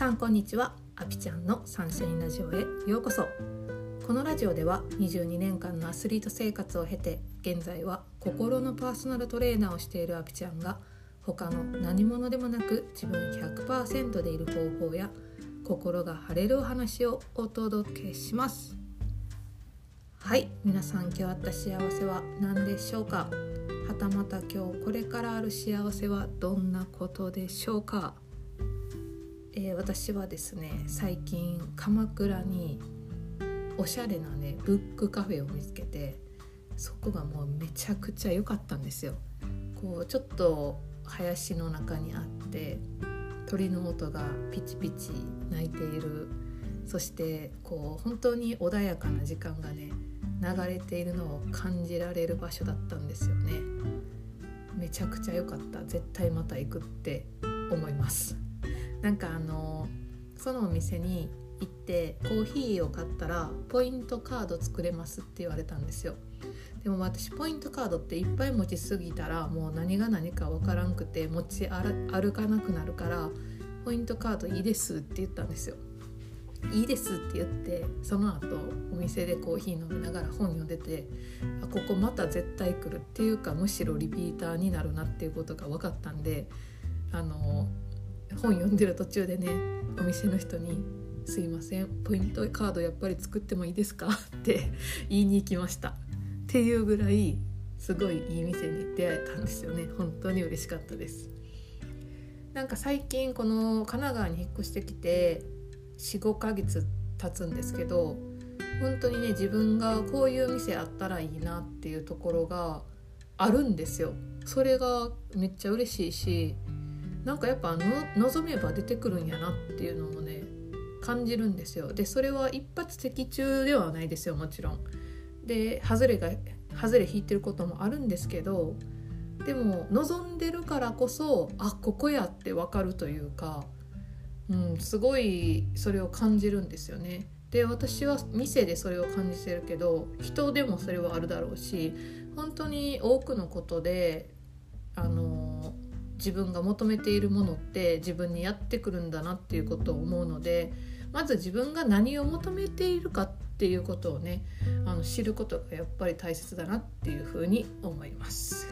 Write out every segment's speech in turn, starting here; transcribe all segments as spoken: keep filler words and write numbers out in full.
さんこんにちは。アピちゃんのサンシャインラジオへようこそ。このラジオではにじゅうにねんかんのアスリート生活を経て、現在は心のパーソナルトレーナーをしているアピちゃんが、他の何者でもなく自分 ひゃくパーセント でいる方法や心が晴れるお話をお届けします。はい、皆さん今日あった幸せは何でしょうか。はたまた今日これからある幸せはどんなことでしょうか。えー、私はですね、最近鎌倉におしゃれなねブックカフェを見つけて、そこがもうめちゃくちゃ良かったんですよ。こうちょっと林の中にあって、鳥の音がピチピチ鳴いている、そしてこう本当に穏やかな時間がね流れているのを感じられる場所だったんですよね。めちゃくちゃ良かった。絶対また行くって思います。なんかあのそのお店に行ってコーヒーを買ったらポイントカード作れますって言われたんですよ。でも私ポイントカードっていっぱい持ちすぎたらもう何が何か分からんくて持ち歩かなくなるから、ポイントカードいいですって言ったんですよ。いいですって言って、その後お店でコーヒー飲みながら本読んでて、あここまた絶対来るっていうか、むしろリピーターになるなっていうことが分かったんで、あの本読んでる途中でね、お店の人にすいませんポイントカードやっぱり作ってもいいですかって言いに行きました。っていうぐらいすごいいい店に出会えたんですよね。本当に嬉しかったです。なんか最近この神奈川に引っ越してきて よん,ご ヶ月経つんですけど、本当にね自分がこういう店あったらいいなっていうところがあるんですよ。それがめっちゃ嬉しいし、なんかやっぱの望めば出てくるんやなっていうのもね感じるんですよ。でそれは一発的中ではないですよ、もちろん。で外れが外れ引いてることもあるんですけど、でも望んでるからこそあここやって分かるというか、うん、すごいそれを感じるんですよね。で私は店でそれを感じてるけど、人でもそれはあるだろうし、本当に多くのことであの自分が求めているものって自分にやってくるんだなっていうことを思うので、まず自分が何を求めているかっていうことをねあの知ることがやっぱり大切だなっていうふうに思います。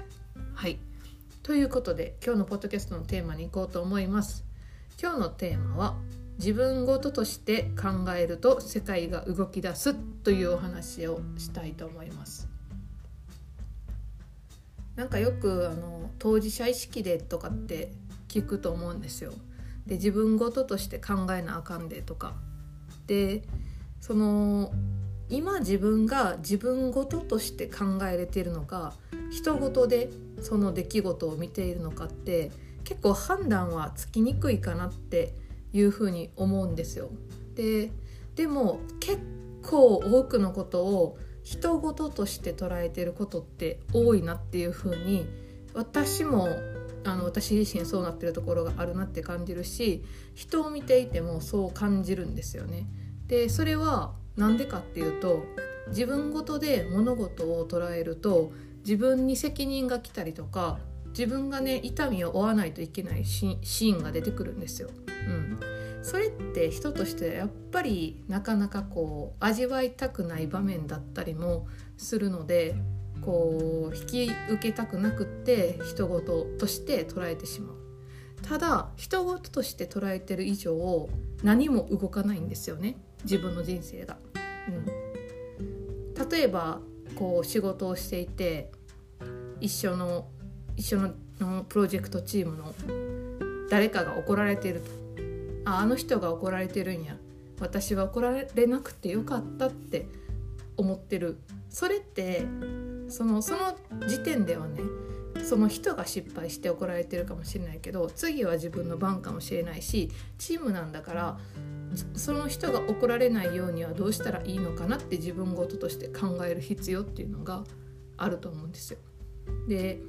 はい、ということで今日のポッドキャストのテーマに行こうと思います。今日のテーマは自分ごととして考えると世界が動き出すというお話をしたいと思います。なんかよくあの当事者意識でとかって聞くと思うんですよ。で自分ごととして考えなあかんでとかで、その今自分が自分ごととして考えれているのか、人ごとでその出来事を見ているのかって結構判断はつきにくいかなっていうふうに思うんですよ。で、でも結構多くのことを人ごととして捉えていることって多いなっていう風に私もあの私自身そうなってるところがあるなって感じるし、人を見ていてもそう感じるんですよね。でそれはなんでかっていうと、自分ごとで物事を捉えると自分に責任が来たりとか、自分がね痛みを負わないといけないシーンが出てくるんですよ。うんそれって人としてやっぱりなかなかこう味わいたくない場面だったりもするので、こう引き受けたくなくって人事として捉えてしまう。ただ人事として捉えてる以上何も動かないんですよね、自分の人生が。うん、例えばこう仕事をしていて一緒の一緒のプロジェクトチームの誰かが怒られていると、あ, あの人が怒られてるんや、私は怒られなくてよかったって思ってる。それってその、その時点ではねその人が失敗して怒られてるかもしれないけど、次は自分の番かもしれないし、チームなんだからその人が怒られないようにはどうしたらいいのかなって自分ごととして考える必要っていうのがあると思うんですよ。で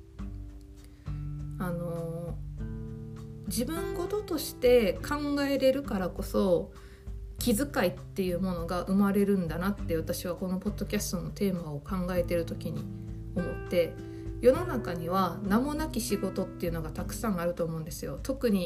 あの自分ごととして考えれるからこそ気遣いっていうものが生まれるんだなって私はこのポッドキャストのテーマを考えている時に思って、世の中には名もなき仕事っていうのがたくさんあると思うんですよ。特に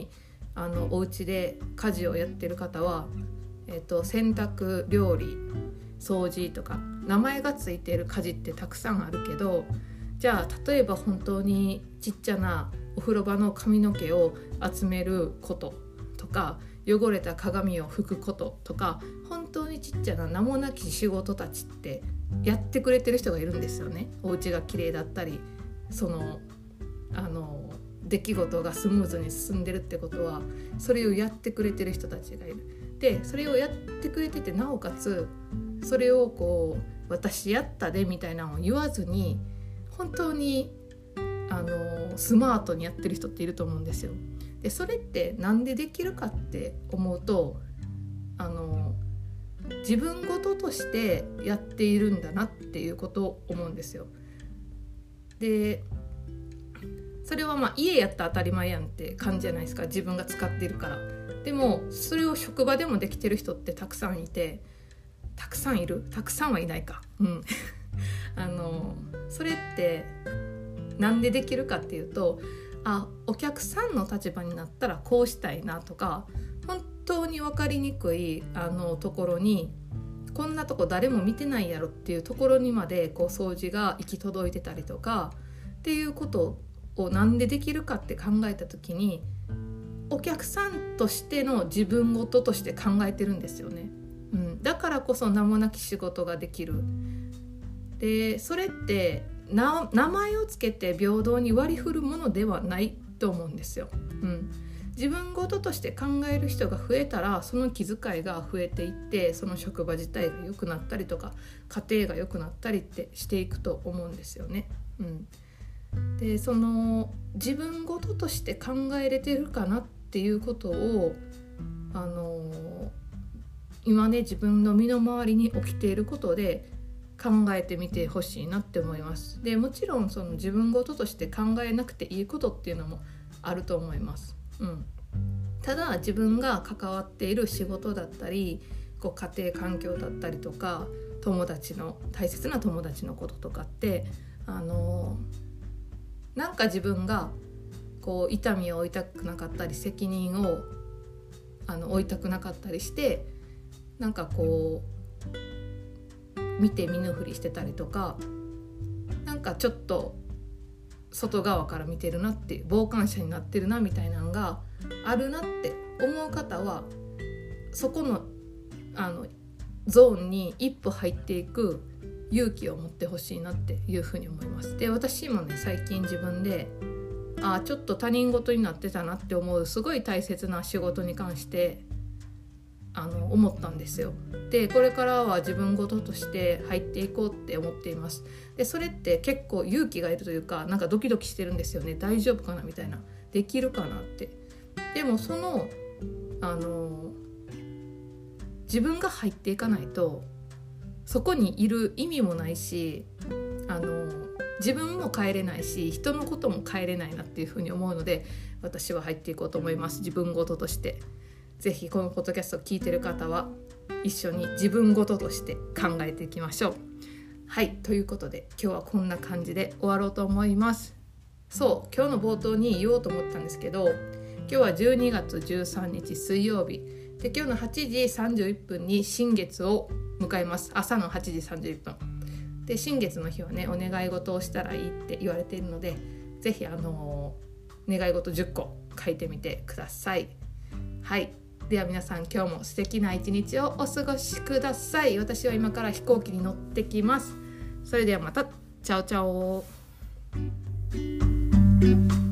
あのお家で家事をやってる方は、えっと、洗濯、料理、掃除とか名前がついている家事ってたくさんあるけど、じゃあ例えば本当にちっちゃなお風呂場の髪の毛を集めることとか、汚れた鏡を拭くこととか、本当にちっちゃな名もなき仕事たちってやってくれてる人がいるんですよね。お家が綺麗だったり、そのあの出来事がスムーズに進んでるってことは、それをやってくれてる人たちがいる。でそれをやってくれてて、なおかつそれをこう私やったでみたいなのを言わずに、本当にあのスマートにやってる人っていると思うんですよ。でそれってなんでできるかって思うと、あの自分事としてやっているんだなっていうことを思うんですよ。でそれはまあ家やったら当たり前やんって感じじゃないですか、自分が使っているから。でもそれを職場でもできてる人ってたくさんいて、たくさんいるたくさんはいないか、うんあのそれってなんでできるかっていうと、あ、お客さんの立場になったらこうしたいなとか、本当に分かりにくいあのところに、こんなとこ誰も見てないやろっていうところにまでこう掃除が行き届いてたりとかっていうことをなんでできるかって考えた時に、お客さんとしての自分事として考えてるんですよね、うん、だからこそ名もなき仕事ができる。でそれってな名前をつけて平等に割り振るものではないと思うんですよ、うん、自分事として考える人が増えたら、その気遣いが増えていって、その職場自体が良くなったりとか、家庭が良くなったりってしていくと思うんですよね、うん、でその自分事として考えれてるかなっていうことを、あの今ね自分の身の回りに起きていることで考えてみてほしいなって思います。でもちろんその自分事として考えなくていいことっていうのもあると思います、うん、ただ自分が関わっている仕事だったり、こう家庭環境だったりとか、友達の大切な友達のこととかって、あのなんか自分がこう痛みを負いたくなかったり、責任をあの負いたくなかったりして、なんかこう見て見ぬふりしてたりとか、なんかちょっと外側から見てるなっていう、傍観者になってるなみたいなのがあるなって思う方は、そこのあのゾーンに一歩入っていく勇気を持ってほしいなっていうふうに思います。で私もね最近自分であちょっと他人事になってたなって思うすごい大切な仕事に関してあの思ったんですよ。でこれからは自分事として入っていこうって思っています。でそれって結構勇気がいるというか、なんかドキドキしてるんですよね。大丈夫かなみたいな、できるかなって。でもそのあの自分が入っていかないとそこにいる意味もないし、あの自分も変えれないし、人のことも変えれないなっていうふうに思うので、私は入っていこうと思います。自分事として。ぜひこのポッドキャストを聞いてる方は一緒に自分事として考えていきましょう。はい、ということで今日はこんな感じで終わろうと思います。そう、今日の冒頭に言おうと思ったんですけど、今日はじゅうにがつじゅうさんにち水曜日で、今日のはちじさんじゅういっぷんに新月を迎えます。朝のはちじさんじゅういっぷんで、新月の日はねお願い事をしたらいいって言われているので、ぜひあの願い事じゅっこ書いてみてください。はい、では皆さん今日も素敵な一日をお過ごしください。私は今から飛行機に乗ってきます。それではまた、チャオチャオ。